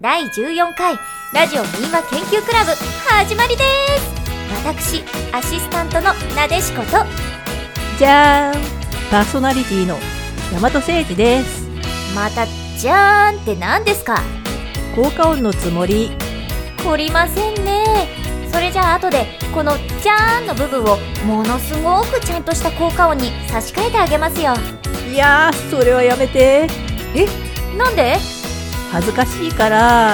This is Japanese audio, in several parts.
第14回ラジオ民話研究クラブ始まりです。私アシスタントのなでしこと、 じゃーん、パーソナリティの大和誠二です。 またじゃーんって何ですか？ 効果音のつもり。 懲りませんね。それじゃあ後でこのじゃーんの部分をものすごくちゃんとした効果音に差し替えてあげますよ。 いやー、それはやめて。 なんで？ 恥ずかしいから。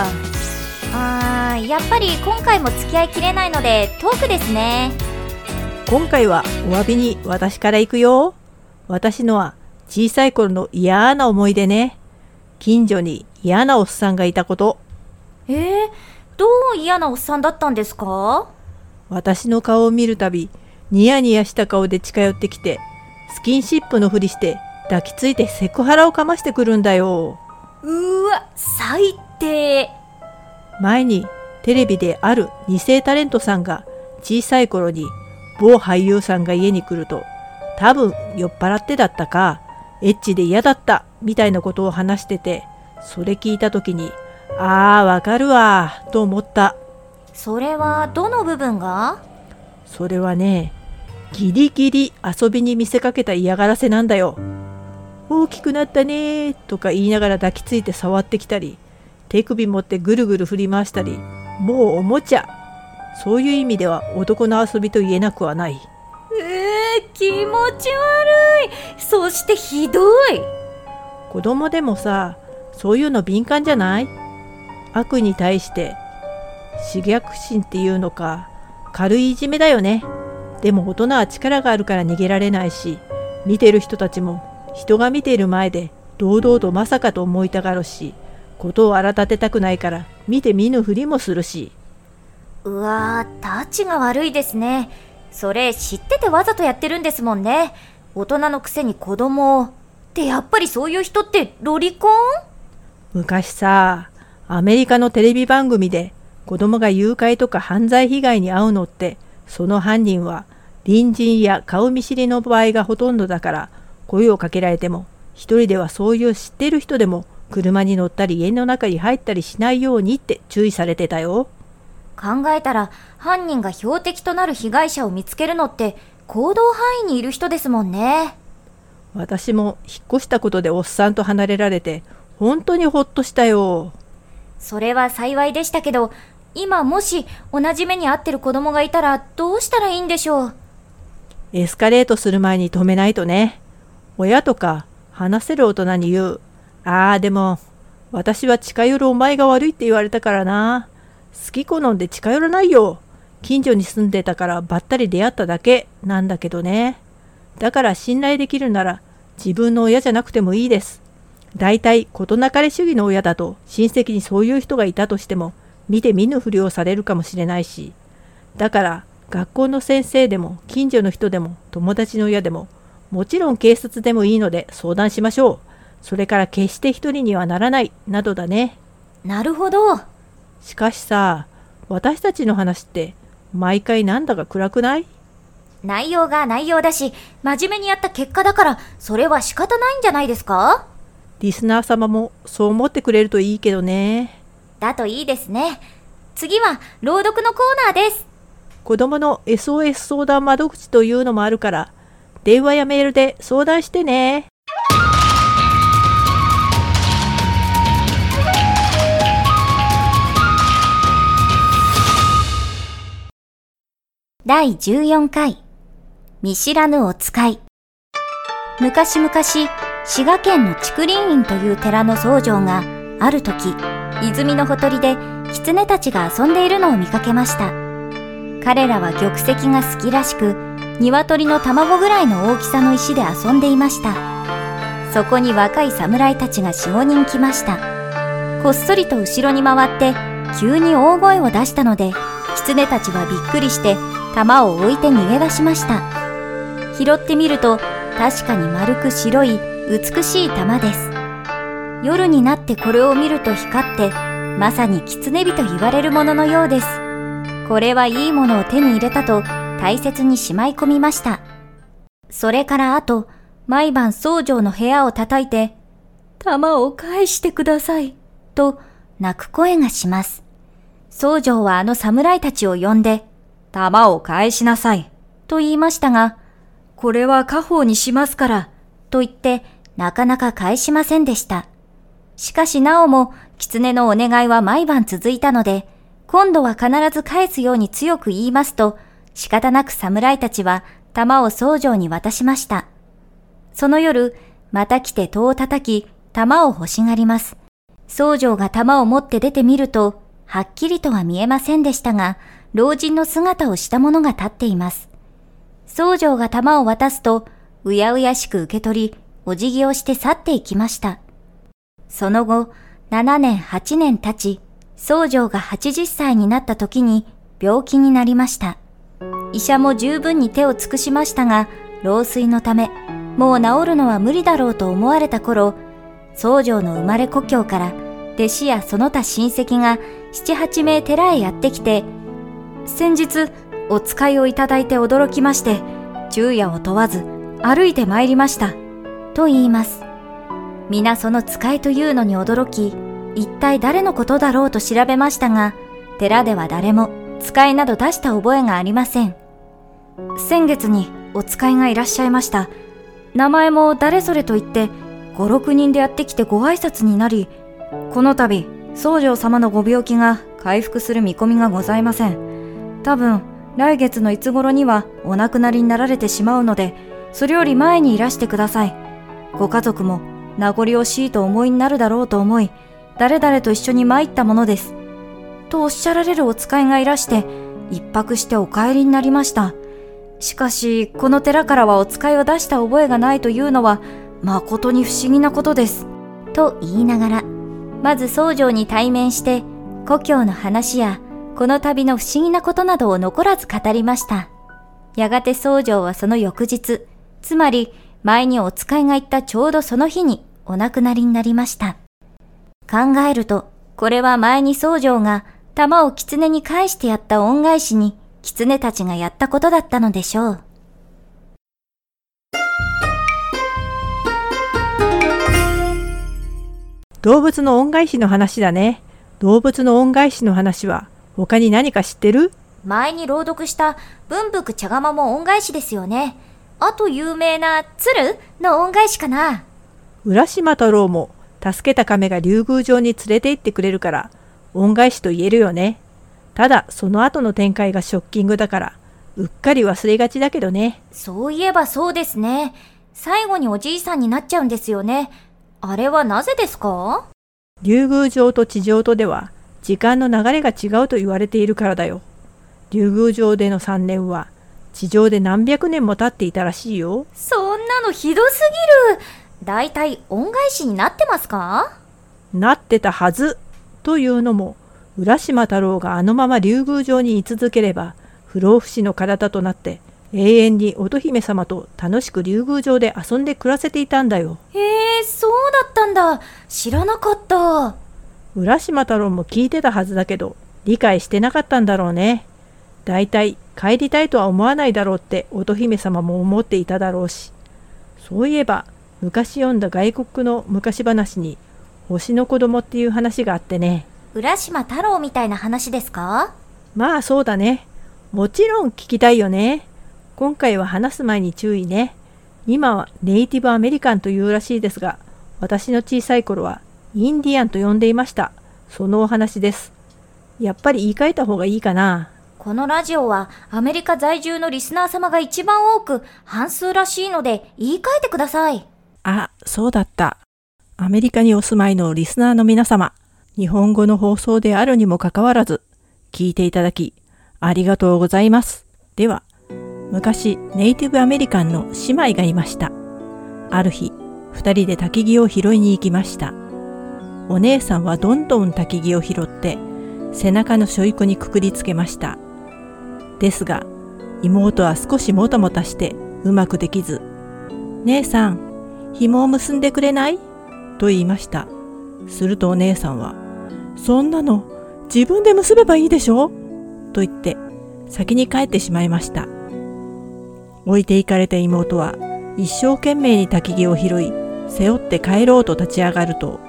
やっぱり今回も付き合いきれないのでトークですね。 今回はお詫びに私から行くよ。私のは小さい頃の嫌な思い出ね。近所に嫌なおっさんがいたこと。 どう嫌なおっさんだったんですか？ 私の顔を見るたびニヤニヤした顔で近寄ってきて、スキンシップのふりして抱きついてセクハラをかましてくるんだよ。 うわ、最低。 前にテレビである二世タレントさんが小さい頃に某俳優さんが家に来ると、多分酔っ払ってだったかエッチで嫌だったみたいなことを話してて、それ聞いた時にわかるわと思った。 それはどの部分が？ それはね、ギリギリ遊びに見せかけた嫌がらせなんだよ。大きくなったねとか言いながら抱きついて触ってきたり、手首持ってぐるぐる振り回したり、もうおもちゃ。そういう意味では男の遊びと言えなくはない。 気持ち悪い。そしてひどい。 子供でもさ、そういうの敏感じゃない？悪に対して刺激心っていうのか、軽いいじめだよね。でも大人は力があるから逃げられないし、見てる人たちも人が見ている前で堂々とまさかと思いたがるし、ことを荒立てたくないから見て見ぬふりもするし。 うわー、タチが悪いですね。それ知っててわざとやってるんですもんね。大人のくせに子供を。ってやっぱりそういう人ってロリコン？ 昔さ、アメリカのテレビ番組で子供が誘拐とか犯罪被害に遭うのって、その犯人は隣人や顔見知りの場合がほとんどだから、声をかけられても一人ではそういう知ってる人でも車に乗ったり家の中に入ったりしないようにって注意されてたよ。 考えたら犯人が標的となる被害者を見つけるのって行動範囲にいる人ですもんね。 私も引っ越したことでおっさんと離れられて本当にほっとしたよ。 それは幸いでしたけど、今もし同じ目に遭ってる子供がいたらどうしたらいいんでしょう？ エスカレートする前に止めないとね。親とか話せる大人に言う。でも私は近寄るお前が悪いって言われたからな。好き好んで近寄らないよ。近所に住んでたからばったり出会っただけなんだけどね。だから信頼できるなら自分の親じゃなくてもいいです。だいたい事なかれ主義の親だと親戚にそういう人がいたとしても見て見ぬふりをされるかもしれないし。だから学校の先生でも近所の人でも友達の親でも、もちろん警察でもいいので相談しましょう。それから決して一人にはならないなどだね。 なるほど。 しかしさ、私たちの話って毎回なんだか暗くない？ 内容が内容だし、真面目にやった結果だから、それは仕方ないんじゃないですか？ リスナー様もそう思ってくれるといいけどね。 だといいですね。次は朗読のコーナーです。 子供の SOS 相談窓口というのもあるから、電話やメールで相談してね。 第14回見知らぬお使い。昔々、滋賀県の竹林院という寺の僧正がある時、泉のほとりで狐たちが遊んでいるのを見かけました。彼らは玉石が好きらしく、鶏の卵ぐらいの大きさの石で遊んでいました。そこに若い侍たちが 4,5 人来ました。こっそりと後ろに回って急に大声を出したので、狐たちはびっくりして玉を置いて逃げ出しました。拾ってみると確かに丸く白い美しい玉です。夜になってこれを見ると光って、まさに狐火と言われるもののようです。これはいいものを手に入れたと大切にしまい込みました。それからあと、毎晩僧正の部屋を叩いて、玉を返してくださいと泣く声がします。宗丈はあの侍たちを呼んで、弾を返しなさい、と言いましたが、これは家宝にしますから、と言って、なかなか返しませんでした。しかしなおも、狐のお願いは毎晩続いたので、今度は必ず返すように強く言いますと、仕方なく侍たちは弾を宗丈に渡しました。その夜、また来て戸を叩き、弾を欲しがります。宗丈が弾を持って出てみると、はっきりとは見えませんでしたが、老人の姿をした者が立っています。宗丈が弾を渡すと、うやうやしく受け取り、お辞儀をして去っていきました。その後、7年8年経ち、宗丈が80歳になった時に病気になりました。医者も十分に手を尽くしましたが、老衰のため、もう治るのは無理だろうと思われた頃、宗丈の生まれ故郷から弟子やその他親戚が7、8名寺へやってきて、先日お使いをいただいて驚きまして、昼夜を問わず歩いて参りました、と言います。皆その使いというのに驚き、一体誰のことだろうと調べましたが、寺では誰も使いなど出した覚えがありません。先月にお使いがいらっしゃいました。名前も誰それと言って、5、6人でやってきてご挨拶になり、この度、宗丈様のご病気が回復する見込みがございません。多分、来月のいつ頃にはお亡くなりになられてしまうので、それより前にいらしてください。ご家族も名残惜しいと思いになるだろうと思い、誰々と一緒に参ったものです。とおっしゃられるお使いがいらして、一泊してお帰りになりました。しかし、この寺からはお使いを出した覚えがないというのは、誠に不思議なことです。と言いながら、まず宗丈に対面して、故郷の話や、この旅の不思議なことなどを残らず語りました。やがて宗丈はその翌日、つまり前にお使いが言ったちょうどその日にお亡くなりになりました。考えると、これは前に宗丈が弾を狐に返してやった恩返しに、狐たちがやったことだったのでしょう。 動物の恩返しの話だね。動物の恩返しの話は他に何か知ってる？ 前に朗読した文福茶釜も恩返しですよね。あと有名な鶴の恩返しかな。 浦島太郎も助けた亀が竜宮城に連れて行ってくれるから恩返しと言えるよね。ただその後の展開がショッキングだからうっかり忘れがちだけどね。 そういえばそうですね。最後におじいさんになっちゃうんですよね。あれはなぜですか？ 竜宮城と地上とでは時間の流れが違うと言われているからだよ。竜宮城での3年は地上で何百年も経っていたらしいよ。 そんなのひどすぎる。だいたい恩返しになってますか？ なってたはず。というのも浦島太郎があのまま竜宮城に居続ければ不老不死の体となって永遠に乙姫様と楽しく竜宮城で遊んで暮らせていたんだよ。 そうだったんだ。知らなかった。 浦島太郎も聞いてたはずだけど理解してなかったんだろうね。だいたい帰りたいとは思わないだろうって乙姫様も思っていただろうし。そういえば昔読んだ外国の昔話に星の子供っていう話があってね。 浦島太郎みたいな話ですか？ まあそうだね。もちろん聞きたいよね。今回は話す前に注意ね。今はネイティブアメリカンというらしいですが、私の小さい頃はインディアンと呼んでいました。そのお話です。やっぱり言い換えた方がいいかな。 このラジオはアメリカ在住のリスナー様が一番多く半数らしいので言い換えてください。 あ、そうだった。アメリカにお住まいのリスナーの皆様、日本語の放送であるにもかかわらず、聞いていただきありがとうございます。では、昔ネイティブアメリカンの姉妹がいました。ある日、2人で焚き木を拾いに行きました。お姉さんはどんどん焚き木を拾って背中のしょいこにくくりつけました。ですが、妹は少しもたもたしてうまくできず、姉さん、紐を結んでくれない？と言いました。するとお姉さんは、そんなの自分で結べばいいでしょ？と言って先に帰ってしまいました。置いていかれた妹は一生懸命に焚き木を拾い、背負って帰ろうと立ち上がると、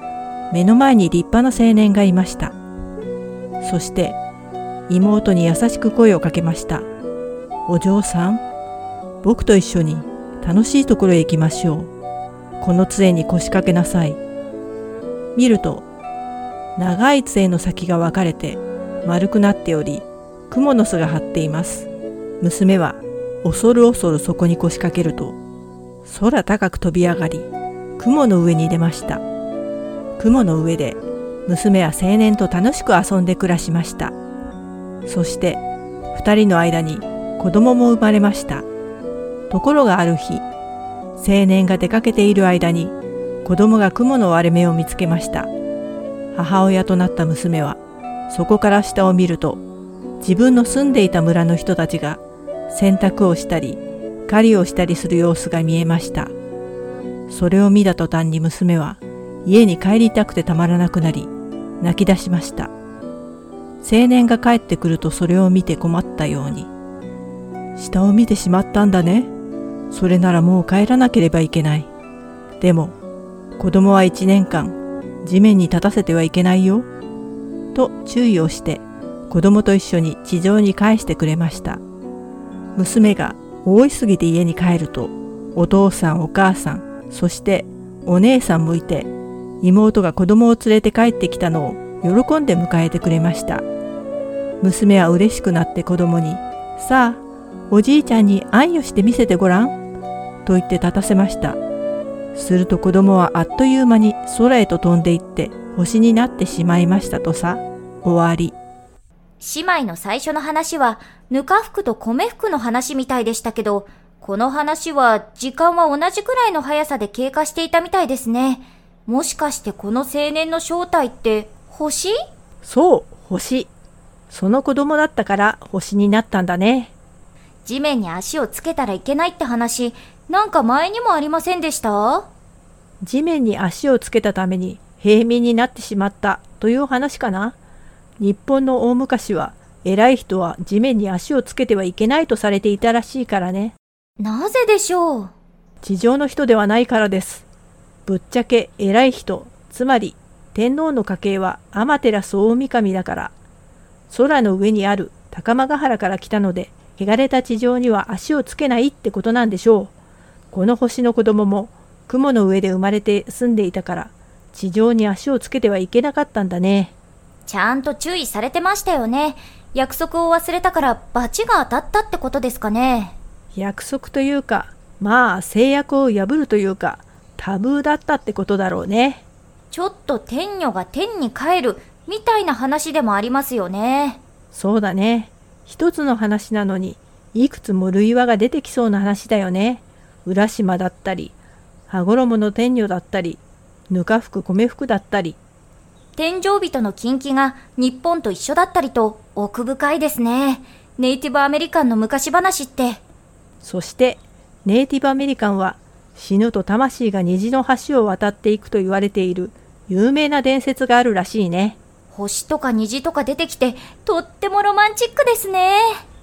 目の前に立派な青年がいました。そして妹に優しく声をかけました。お嬢さん、僕と一緒に楽しいところへ行きましょう。この杖に腰掛けなさい。見ると、長い杖の先が分かれて丸くなっており、蜘蛛の巣が張っています。娘は恐る恐るそこに腰掛けると、空高く飛び上がり、雲の上に出ました。雲の上で娘は青年と楽しく遊んで暮らしました。そして2人の間に子供も生まれました。ところがある日、青年が出かけている間に子供が雲の割れ目を見つけました。母親となった娘はそこから下を見ると、自分の住んでいた村の人たちが洗濯をしたり狩りをしたりする様子が見えました。それを見た途端に娘は家に帰りたくてたまらなくなり、泣き出しました。青年が帰ってくるとそれを見て困ったように、下を見てしまったんだね。それならもう帰らなければいけない。でも子供は1年間地面に立たせてはいけないよ。と注意をして子供と一緒に地上に返してくれました。娘が大急ぎで家に帰ると、お父さんお母さん、そしてお姉さんもいて、妹が子供を連れて帰ってきたのを喜んで迎えてくれました。娘は嬉しくなって子供に、さあ、おじいちゃんに愛をして見せてごらん、と言って立たせました。すると子供はあっという間に空へと飛んでいって星になってしまいましたとさ。終わり。 姉妹の最初の話は、ぬか服と米服の話みたいでしたけど、この話は時間は同じくらいの速さで経過していたみたいですね。もしかしてこの青年の正体って星？ そう、星。その子供だったから星になったんだね。 地面に足をつけたらいけないって話、なんか前にもありませんでした？ 地面に足をつけたために平民になってしまったという話かな。日本の大昔は偉い人は地面に足をつけてはいけないとされていたらしいからね。 なぜでしょう？ 地上の人ではないからです。ぶっちゃけ偉い人、つまり天皇の家系は天照大神だから。空の上にある高間ヶ原から来たので、汚れた地上には足をつけないってことなんでしょう。この星の子供も雲の上で生まれて住んでいたから、地上に足をつけてはいけなかったんだね。 ちゃんと注意されてましたよね。約束を忘れたから罰が当たったってことですかね。 約束というか、まあ制約を破るというか、タブーだったってことだろうね。 ちょっと天女が天に帰るみたいな話でもありますよね。 そうだね。一つの話なのにいくつも類話が出てきそうな話だよね。浦島だったり、羽衣の天女だったり、ぬか服米服だったり。 天上人の近畿が日本と一緒だったりと奥深いですね。ネイティブアメリカンの昔話って。 そしてネイティブアメリカンは死ぬと魂が虹の橋を渡っていくと言われている有名な伝説があるらしいね。 星とか虹とか出てきてとってもロマンチックですね。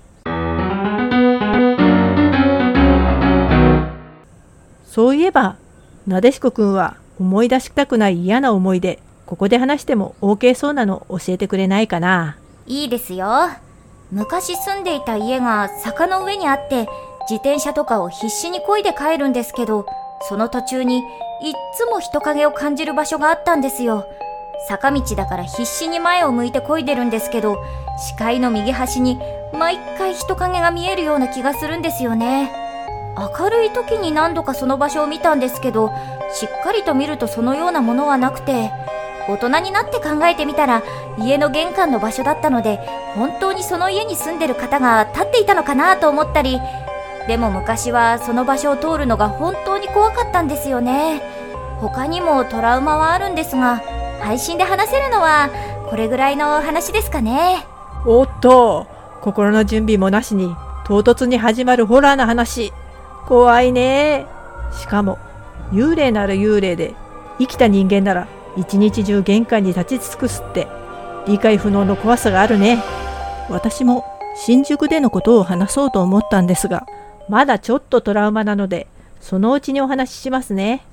そういえばなでしこくんは思い出したくない嫌な思い出、ここで話しても OK そうなの教えてくれないかな。 いいですよ。昔住んでいた家が坂の上にあって、自転車とかを必死に漕いで帰るんですけど、その途中にいっつも人影を感じる場所があったんですよ。坂道だから必死に前を向いて漕いでるんですけど、視界の右端に毎回人影が見えるような気がするんですよね。明るい時に何度かその場所を見たんですけど、しっかりと見るとそのようなものはなくて、大人になって考えてみたら家の玄関の場所だったので、本当にその家に住んでる方が立っていたのかなと思ったり、でも昔はその場所を通るのが本当に怖かったんですよね。他にもトラウマはあるんですが、配信で話せるのはこれぐらいの話ですかね。 おっと、心の準備もなしに唐突に始まるホラーな話。怖いね。しかも幽霊なら幽霊で、生きた人間なら一日中玄関に立ち尽くすって理解不能の怖さがあるね。私も新宿でのことを話そうと思ったんですが、まだちょっとトラウマなので、そのうちにお話ししますね。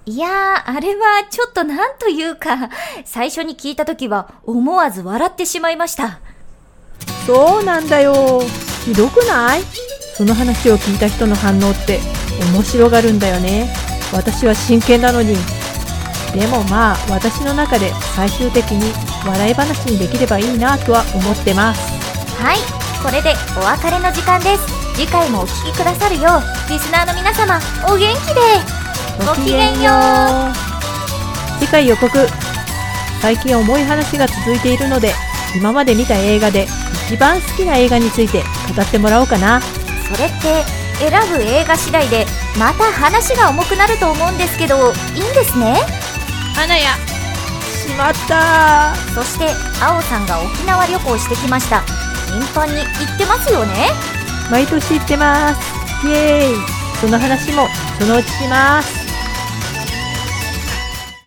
いやー、あれはちょっとなんというか、最初に聞いたときは思わず笑ってしまいました。 そうなんだよ。ひどくない？その話を聞いた人の反応って面白がるんだよね。私は真剣なのに。でもまあ、私の中で最終的に笑い話にできればいいなとは思ってます。 はい、これでお別れの時間です。次回もお聞きくださるよう、リスナーの皆様、お元気でごきげんよう。 次回予告。最近重い話が続いているので、今まで見た映画で一番好きな映画について語ってもらおうかな。 それって選ぶ映画次第でまた話が重くなると思うんですけど、いいんですね。 花やしまった。 そしてあおさんが沖縄旅行してきました。頻繁に行ってますよね。 毎年行ってます。イエーイ。その話もそのうちします。